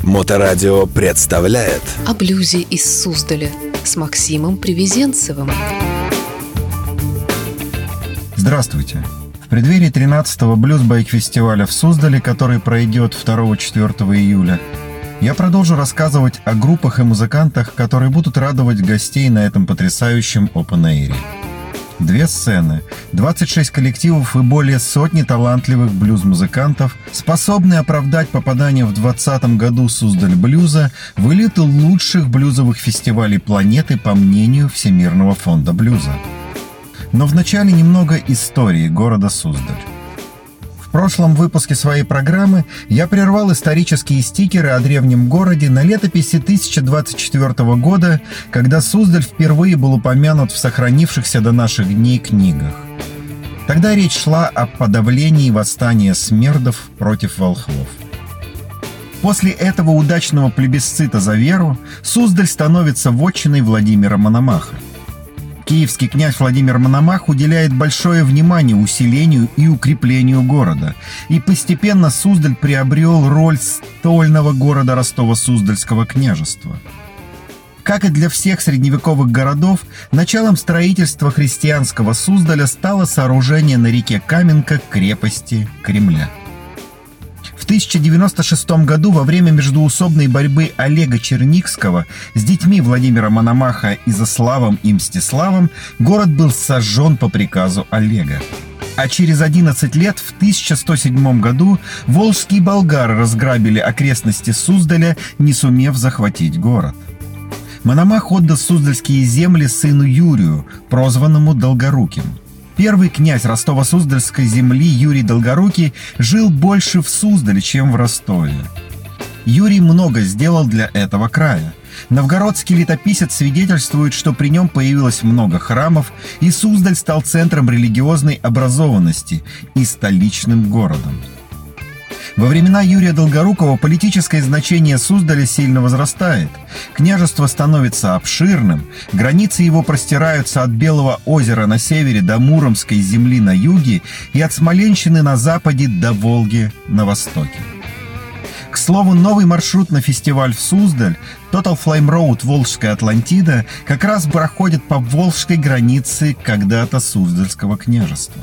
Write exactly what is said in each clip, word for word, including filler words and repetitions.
Моторадио представляет О блюзе из Суздаля с Максимом Привезенцевым. Здравствуйте! В преддверии тринадцатого блюз-байк-фестиваля в Суздале, который пройдет второго-четвёртого июля, я продолжу рассказывать о группах и музыкантах, которые будут радовать гостей на этом потрясающем опен-эйре. Две сцены, двадцать шесть коллективов и более сотни талантливых блюз-музыкантов способны оправдать попадание в двадцатом году Суздаль блюза в элиту лучших блюзовых фестивалей планеты по мнению Всемирного фонда блюза. Но вначале немного истории города Суздаль. В прошлом выпуске своей программы я прервал исторические стикеры о древнем городе на летописи тысяча двадцать четвёртого года, когда Суздаль впервые был упомянут в сохранившихся до наших дней книгах. Тогда речь шла о подавлении восстания смердов против волхвов. После этого удачного плебисцита за веру Суздаль становится вотчиной Владимира Мономаха. Киевский князь Владимир Мономах уделяет большое внимание усилению и укреплению города, и постепенно Суздаль приобрел роль стольного города Ростово-Суздальского княжества. Как и для всех средневековых городов, началом строительства христианского Суздаля стало сооружение на реке Каменка крепости Кремля. В тысяча девяносто шестом году во время междуусобной борьбы Олега Черникского с детьми Владимира Мономаха Изяславом и Мстиславом город был сожжен по приказу Олега. А через одиннадцать лет, в тысяча сто седьмом году, волжские болгары разграбили окрестности Суздаля, не сумев захватить город. Мономах отдал суздальские земли сыну Юрию, прозванному Долгоруким. Первый князь Ростово-Суздальской земли Юрий Долгорукий жил больше в Суздале, чем в Ростове. Юрий много сделал для этого края. Новгородский летописец свидетельствует, что при нем появилось много храмов, и Суздаль стал центром религиозной образованности и столичным городом. Во времена Юрия Долгорукова политическое значение Суздаля сильно возрастает. Княжество становится обширным, границы его простираются от Белого озера на севере до Муромской земли на юге и от Смоленщины на западе до Волги на востоке. К слову, новый маршрут на фестиваль в Суздаль, Total Flame Road Волжская Атлантида, как раз проходит по волжской границе когда-то Суздальского княжества.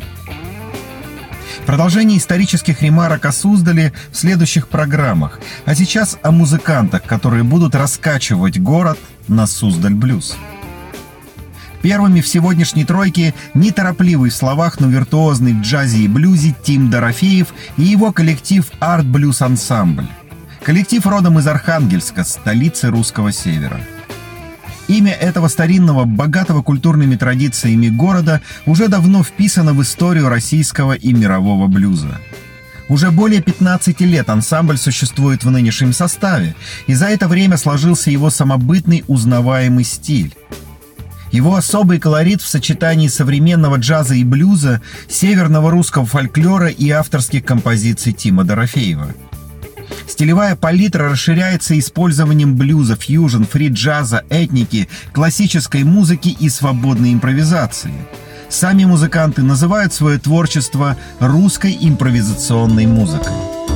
Продолжение исторических ремарок о Суздале в следующих программах, а сейчас о музыкантах, которые будут раскачивать город на Суздаль блюз. Первыми в сегодняшней тройке неторопливый в словах, но виртуозный в джазе и блюзе Тим Дорофеев и его коллектив Art Blues Ensemble. Коллектив родом из Архангельска, столицы русского севера. Имя этого старинного, богатого культурными традициями города уже давно вписано в историю российского и мирового блюза. Уже более пятнадцати лет ансамбль существует в нынешнем составе, и за это время сложился его самобытный узнаваемый стиль. Его особый колорит в сочетании современного джаза и блюза, северного русского фольклора и авторских композиций Тима Дорофеева. Стилевая палитра расширяется использованием блюза, фьюжн, фри-джаза, этники, классической музыки и свободной импровизации. Сами музыканты называют свое творчество русской импровизационной музыкой.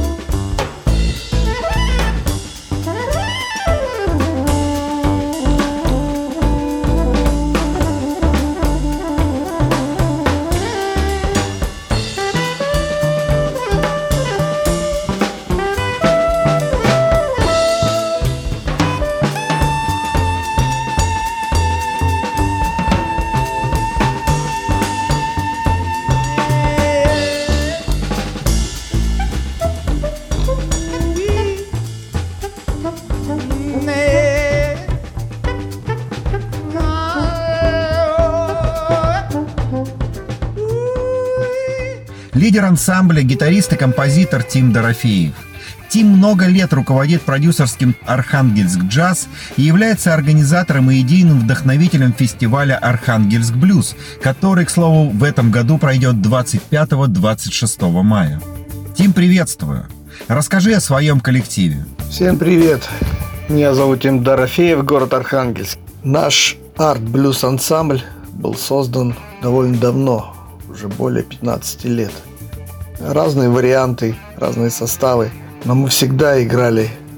Лидер ансамбля, гитарист и композитор Тим Дорофеев. Тим много лет руководит продюсерским «Архангельск Джаз» и является организатором и идейным вдохновителем фестиваля «Архангельск Блюз», который, к слову, в этом году пройдет двадцать пятого — двадцать шестого мая. Тим, приветствую! Расскажи о своем коллективе. Всем привет! Меня зовут Тим Дорофеев, город Архангельск. Наш арт-блюз-ансамбль был создан довольно давно, уже более пятнадцати лет. Разные варианты, разные составы, но мы всегда играли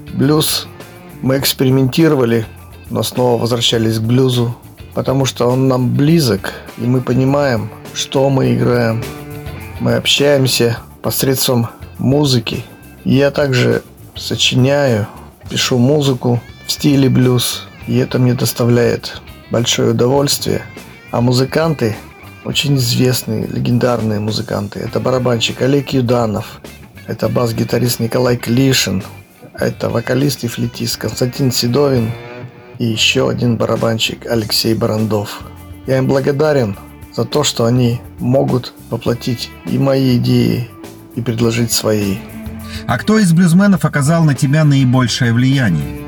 Блюз мы экспериментировали, но снова возвращались к блюзу, потому что он нам близок, и мы понимаем, что мы играем. Мы общаемся посредством музыки. Я также сочиняю, пишу музыку в стиле блюз, и это мне доставляет большое удовольствие. А музыканты очень известные, легендарные музыканты. Это барабанщик Олег Юданов, это бас-гитарист Николай Клишин, это вокалист и флейтист Константин Седовин и еще один барабанщик Алексей Барандов. Я им благодарен за то, что они могут воплотить и мои идеи, и предложить свои. А кто из блюзменов оказал на тебя наибольшее влияние?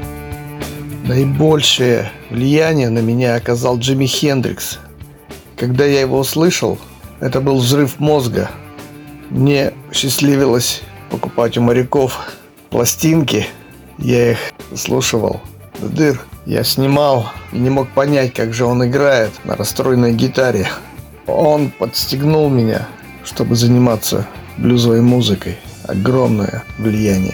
Наибольшее влияние на меня оказал Джимми Хендрикс. Когда я его услышал, это был взрыв мозга. Мне счастливилось покупать у моряков пластинки. Я их слушал до дыр. Я снимал и не мог понять, как же он играет на расстроенной гитаре. Он подстегнул меня, чтобы заниматься блюзовой музыкой. Огромное влияние.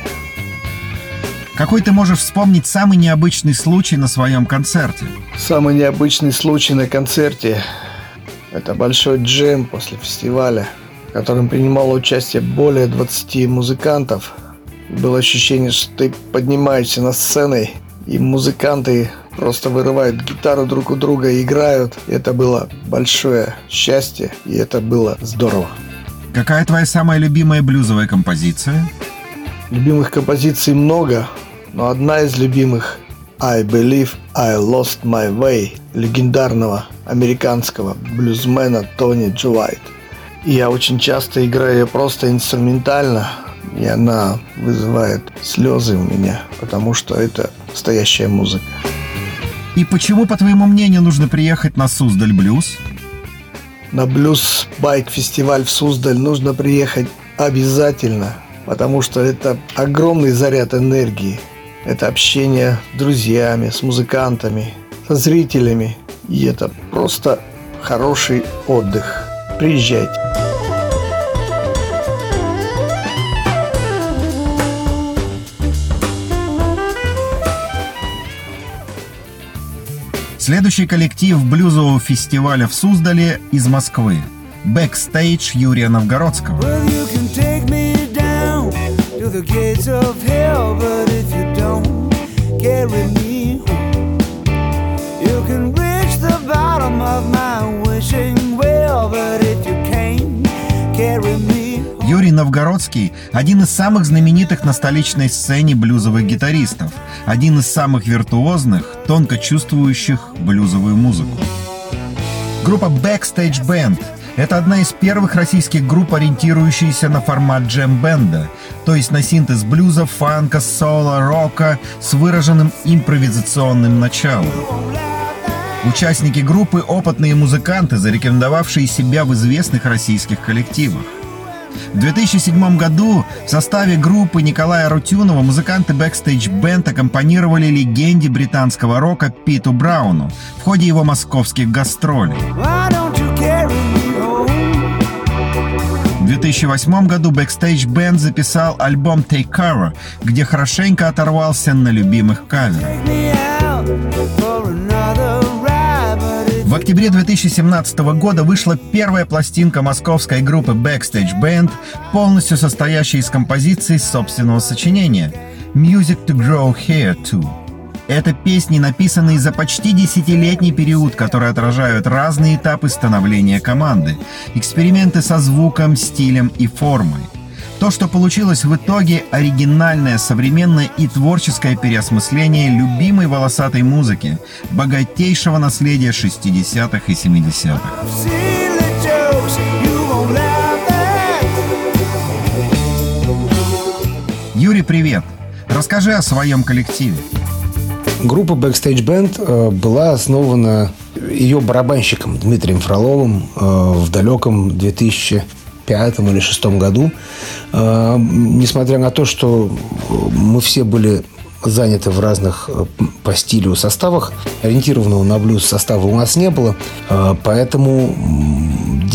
Какой ты можешь вспомнить самый необычный случай на своем концерте? Самый необычный случай на концерте – это большой джем после фестиваля, в котором принимало участие более двадцати музыкантов. Было ощущение, что ты поднимаешься на сцену, и музыканты просто вырывают гитару друг у друга и играют. Это было большое счастье, и это было здорово. Какая твоя самая любимая блюзовая композиция? Любимых композиций много, но одна из любимых «I Believe I Lost My Way» легендарного американского блюзмена Тони Джуайт. И я очень часто играю ее просто инструментально, и она вызывает слезы у меня, потому что это настоящая музыка. И почему, по твоему мнению, нужно приехать на Суздаль Блюз? На блюз-байк-фестиваль в Суздаль нужно приехать обязательно, потому что это огромный заряд энергии. Это общение с друзьями, с музыкантами, со зрителями. И это просто хороший отдых. Приезжайте. Следующий коллектив блюзового фестиваля в Суздале из Москвы. Бэкстейдж Юрия Новгородского. Юрий Новгородский – один из самых знаменитых на столичной сцене блюзовых гитаристов, один из самых виртуозных, тонко чувствующих блюзовую музыку. Группа Backstage Band – это одна из первых российских групп, ориентирующихся на формат джем-бенда, то есть на синтез блюза, фанка, соло, рока с выраженным импровизационным началом. Участники группы – опытные музыканты, зарекомендовавшие себя в известных российских коллективах. В две тысячи седьмом году в составе группы Николая Рутюнова музыканты Backstage Band аккомпанировали легенде британского рока Питу Брауну в ходе его московских гастролей. В две тысячи восьмом году Backstage Band записал альбом Take Cover, где хорошенько оторвался на любимых каверах. В октябре две тысячи семнадцатого года вышла первая пластинка московской группы Backstage Band, полностью состоящая из композиций собственного сочинения «Music to Grow Here To». Это песни, написанные за почти десятилетний период, которые отражают разные этапы становления команды, эксперименты со звуком, стилем и формой. То, что получилось в итоге, оригинальное, современное и творческое переосмысление любимой волосатой музыки, богатейшего наследия шестидесятых и семидесятых. Юрий, привет! Расскажи о своем коллективе. Группа Backstage Band была основана ее барабанщиком Дмитрием Фроловым в далеком две тысячи пятом или две тысячи шестом году. Несмотря на то, что мы все были заняты в разных по стилю составах, ориентированного на блюз состава у нас не было. Поэтому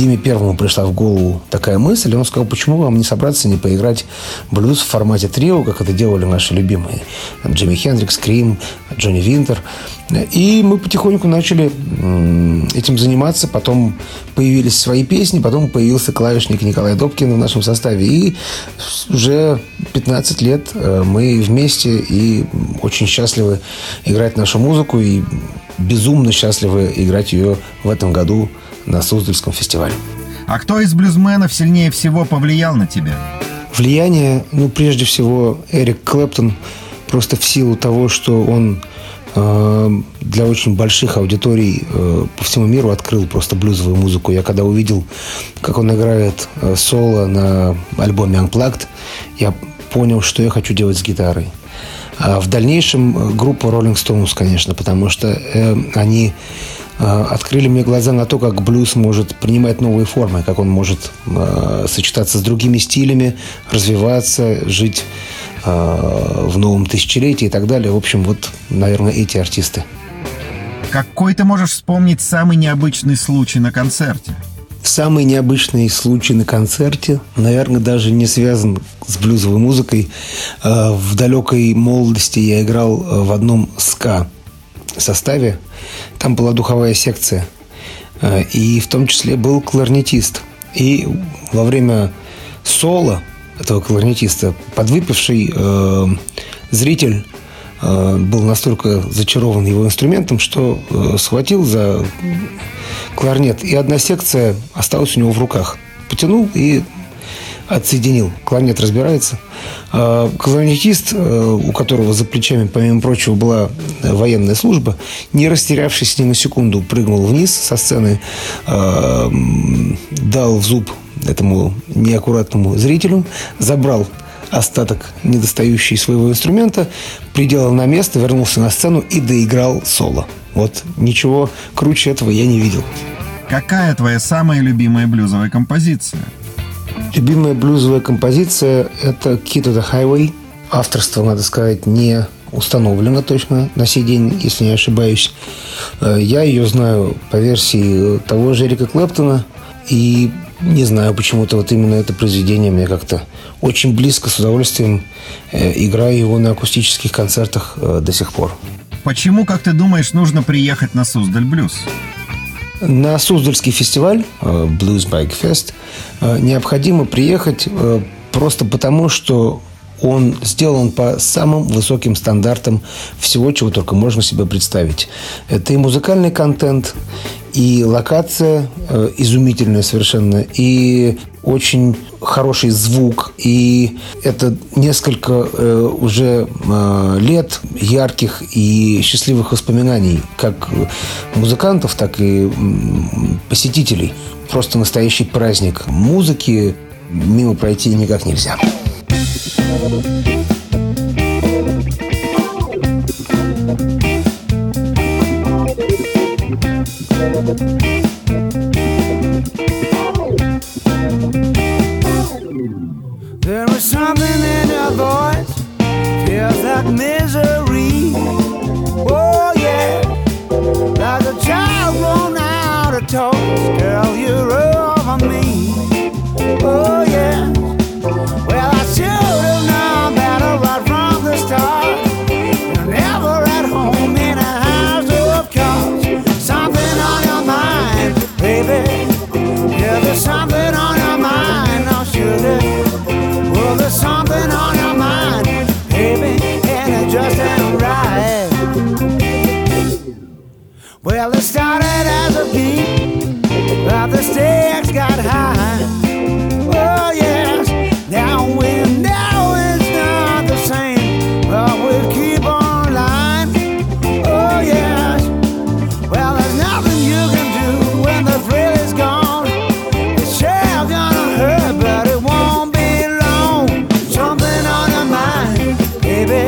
Диме первому пришла в голову такая мысль, и он сказал, почему вам не собраться, не поиграть блюз в формате трио, как это делали наши любимые Джимми Хендрикс, Крим, Джонни Винтер. И мы потихоньку начали этим заниматься. Потом появились свои песни, потом появился клавишник Николай Добкин в нашем составе. И уже пятнадцать лет мы вместе и очень счастливы играть нашу музыку. И безумно счастливы играть ее в этом году на Суздальском фестивале. А кто из блюзменов сильнее всего повлиял на тебя? Влияние, ну, прежде всего, Эрик Клэптон, просто в силу того, что он э, для очень больших аудиторий э, по всему миру открыл просто блюзовую музыку. Я когда увидел, как он играет э, соло на альбоме Unplugged, я понял, что я хочу делать с гитарой. А в дальнейшем группа Rolling Stones, конечно, потому что э, они э, открыли мне глаза на то, как блюз может принимать новые формы, как он может э, сочетаться с другими стилями, развиваться, жить э, в новом тысячелетии и так далее. В общем, вот, наверное, эти артисты. Какой ты можешь вспомнить самый необычный случай на концерте? Самый необычный случай на концерте, наверное, даже не связан с блюзовой музыкой. В далекой молодости я играл в одном ска-составе. Там была духовая секция. И в том числе был кларнетист. И во время соло этого кларнетиста подвыпивший э, зритель э, был настолько зачарован его инструментом, что э, схватил за кларнет, и одна секция осталась у него в руках. Потянул и отсоединил. Кларнет разбирается. А кларнетист, у которого за плечами, помимо прочего, была военная служба, не растерявшись ни на секунду, прыгнул вниз со сцены, дал в зуб этому неаккуратному зрителю, забрал остаток недостающий своего инструмента, приделал на место, вернулся на сцену и доиграл соло. Вот ничего круче этого я не видел. Какая твоя самая любимая блюзовая композиция? Любимая блюзовая композиция – это «Key to the Highway». Авторство, надо сказать, не установлено точно на сей день, если не ошибаюсь. Я ее знаю по версии того же Эрика Клэптона. И не знаю, почему-то вот именно это произведение мне как-то очень близко, с удовольствием играю его на акустических концертах до сих пор. Почему, как ты думаешь, нужно приехать на Суздаль Блюз? На Суздальский фестиваль Blues Bike Fest необходимо приехать просто потому, что он сделан по самым высоким стандартам всего, чего только можно себе представить. Это и музыкальный контент, и локация э, изумительная совершенно, и очень хороший звук, и это несколько э, уже э, лет ярких и счастливых воспоминаний как музыкантов, так и э, посетителей. Просто настоящий праздник музыки, мимо пройти никак нельзя. There is something in your voice, feels like misery. Oh yeah, like a child grown out of toys. Girl, you're over me. Oh yeah, well I should have known better right from the start. You're never at home in a house of cards. Something on your mind, baby. Yeah, there's something on your mind, now sugar. Well, there's something on your mind, baby, and it just ain't right. Well, it started as a beat, but the stakes got high. Oh yes, now we know it's not the same, but we'll keep on lying. Oh yes, well there's nothing you can do when the thrill is gone. It's sure gonna hurt, but it won't be long. Something on your mind, baby.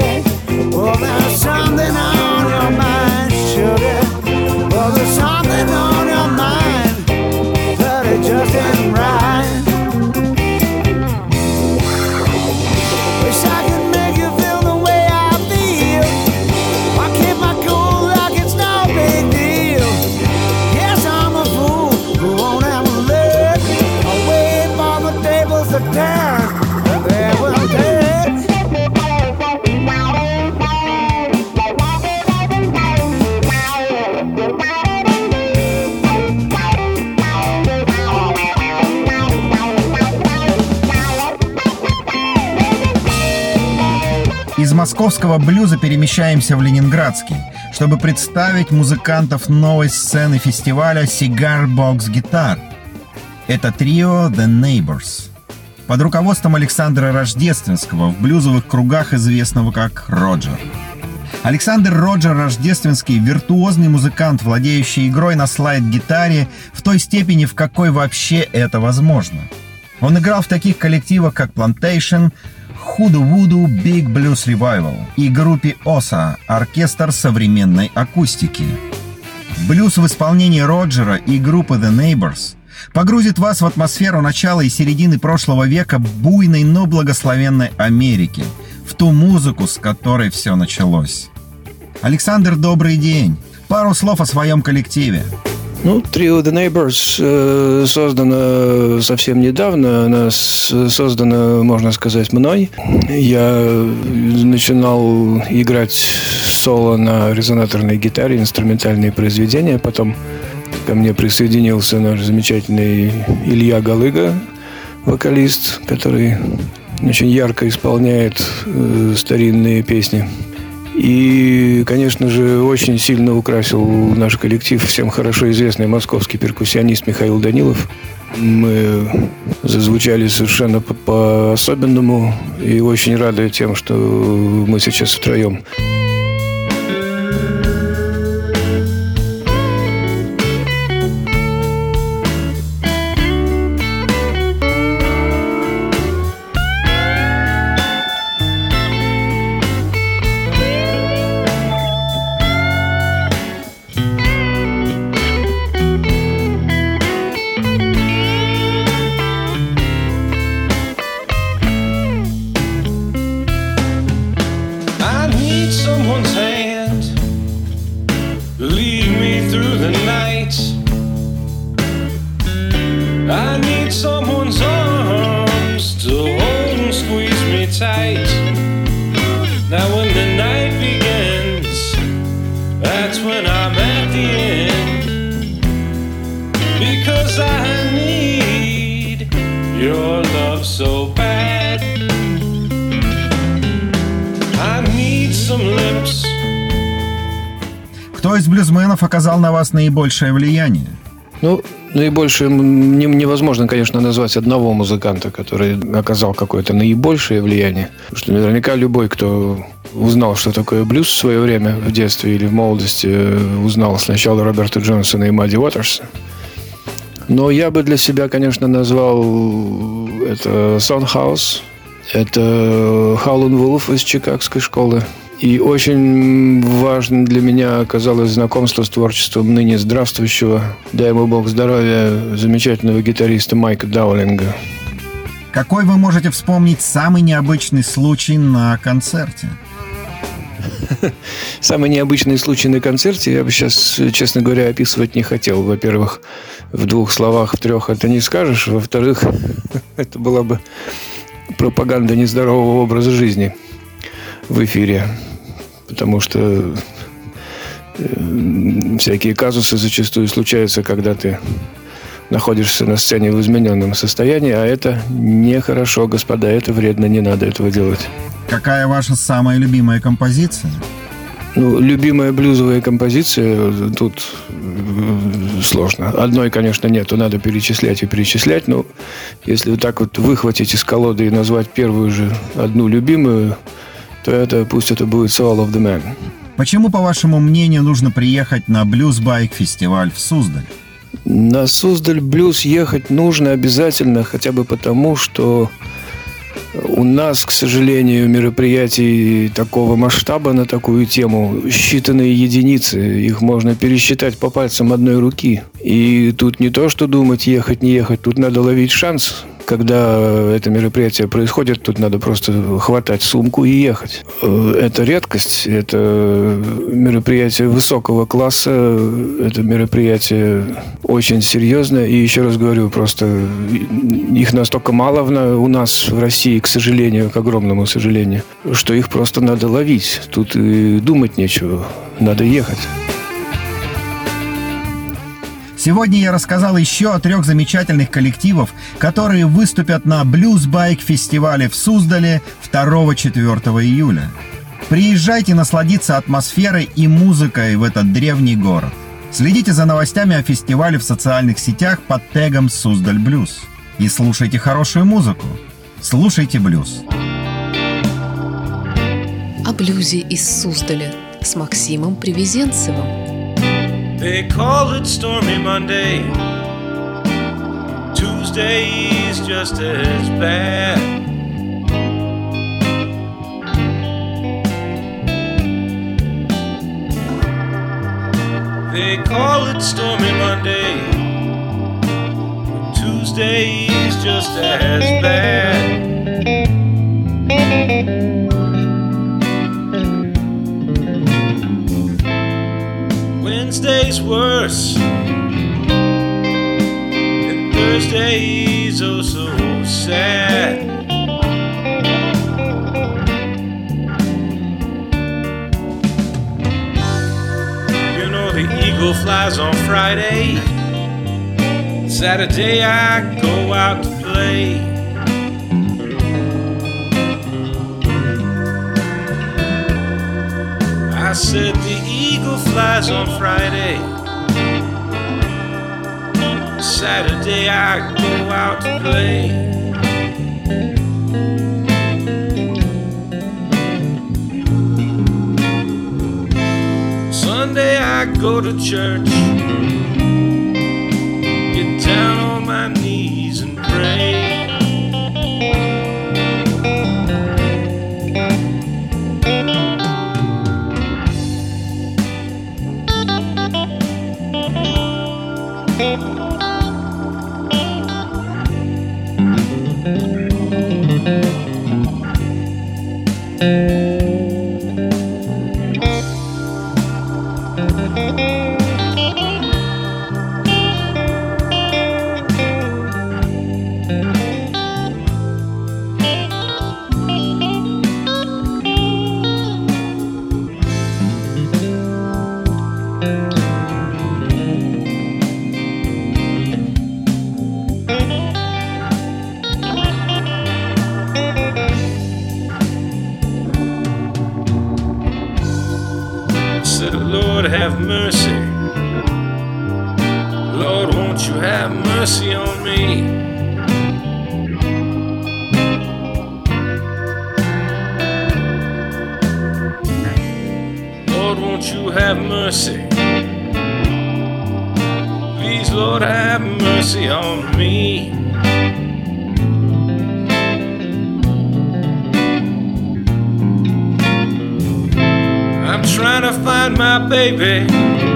Из московского блюза перемещаемся в ленинградский, чтобы представить музыкантов новой сцены фестиваля Cigar Box Guitar. Это трио The Neighbors. Под руководством Александра Рождественского, в блюзовых кругах известного как Роджер. Александр Роджер Рождественский – виртуозный музыкант, владеющий игрой на слайд-гитаре в той степени, в какой вообще это возможно. Он играл в таких коллективах, как Plantation, Hoodoo Voodoo, Big Blues Revival и группе Оса – оркестр современной акустики. Блюз в исполнении Роджера и группы The Neighbors погрузит вас в атмосферу начала и середины прошлого века буйной, но благословенной Америки, в ту музыку, с которой все началось. Александр, добрый день. Пару слов о своем коллективе. Ну, трио The Neighbors э, создано совсем недавно. Она с- создана, можно сказать, мной. Я начинал играть соло на резонаторной гитаре, инструментальные произведения. Потом ко мне присоединился наш замечательный Илья Галыга, вокалист, который очень ярко исполняет э, старинные песни. И, конечно же, очень сильно украсил наш коллектив всем хорошо известный московский перкуссионист Михаил Данилов. Мы зазвучали совершенно по- по-особенному и очень рады тем, что мы сейчас втроем. I need someone's hand to lead me through the night. I need someone's arms to hold and squeeze me tight. Now when the night begins, that's when I'm at the end. Because I need your love so bad. I need some lips. Кто из блюзменов оказал на вас наибольшее влияние? Ну, наибольшее м, не- невозможно, конечно, назвать одного музыканта, который оказал какое-то наибольшее влияние. Потому что наверняка любой, кто узнал, что такое блюз в свое время, в детстве или в молодости, э, узнал сначала Роберта Джонсона и Мадди Уотерса. Но я бы для себя, конечно, назвал это Soundhouse, это Howlin' Wolf из чикагской школы. И очень важным для меня оказалось знакомство с творчеством ныне здравствующего, дай ему Бог здоровья, замечательного гитариста Майка Даулинга. Какой вы можете вспомнить самый необычный случай на концерте? Самый необычный случай на концерте я бы сейчас, честно говоря, описывать не хотел. Во-первых, в двух словах, в трех это не скажешь. Во-вторых, это была бы пропаганда нездорового образа жизни в эфире. Потому что э, всякие казусы зачастую случаются, когда ты находишься на сцене в измененном состоянии, а это нехорошо, господа, это вредно, не надо этого делать. Какая ваша самая любимая композиция? Ну, любимая блюзовая композиция, тут э, сложно. Одной, конечно, нету, надо перечислять и перечислять, но если вот так вот выхватить из колоды и назвать первую же одну любимую, то это, пусть это будет Soul of the Man. Почему, по вашему мнению, нужно приехать на блюз-байк-фестиваль в Суздаль? На Суздаль блюз ехать нужно обязательно, хотя бы потому, что у нас, к сожалению, мероприятий такого масштаба на такую тему считанные единицы. Их можно пересчитать по пальцам одной руки. И тут не то, что думать, ехать, не ехать. Тут надо ловить шанс. Когда это мероприятие происходит, тут надо просто хватать сумку и ехать. Это редкость, это мероприятие высокого класса, это мероприятие очень серьезное. И еще раз говорю, просто их настолько мало у нас в России, к сожалению, к огромному сожалению, что их просто надо ловить. Тут и думать нечего, надо ехать. Сегодня я рассказал еще о трех замечательных коллективах, которые выступят на Blues Bike фестивале в Суздале второго-четвёртого июля. Приезжайте насладиться атмосферой и музыкой в этот древний город. Следите за новостями о фестивале в социальных сетях под тегом «Суздаль Блюз». И слушайте хорошую музыку. Слушайте блюз. О блюзе из Суздаля с Максимом Привезенцевым. They call it Stormy Monday. Tuesday's just as bad. They call it Stormy Monday. Tuesday's just as bad. Wednesday's worse, and Thursday's oh so sad. You know the eagle flies on Friday. Saturday I go out to play. I said the eagle flies on Friday. Saturday I go out to play. Sunday I go to church. Get down on my knees and pray. Lord, have mercy. Lord, won't you have mercy on me? Lord, won't you have mercy? Please, Lord, have mercy on me. I'm trying to find my baby.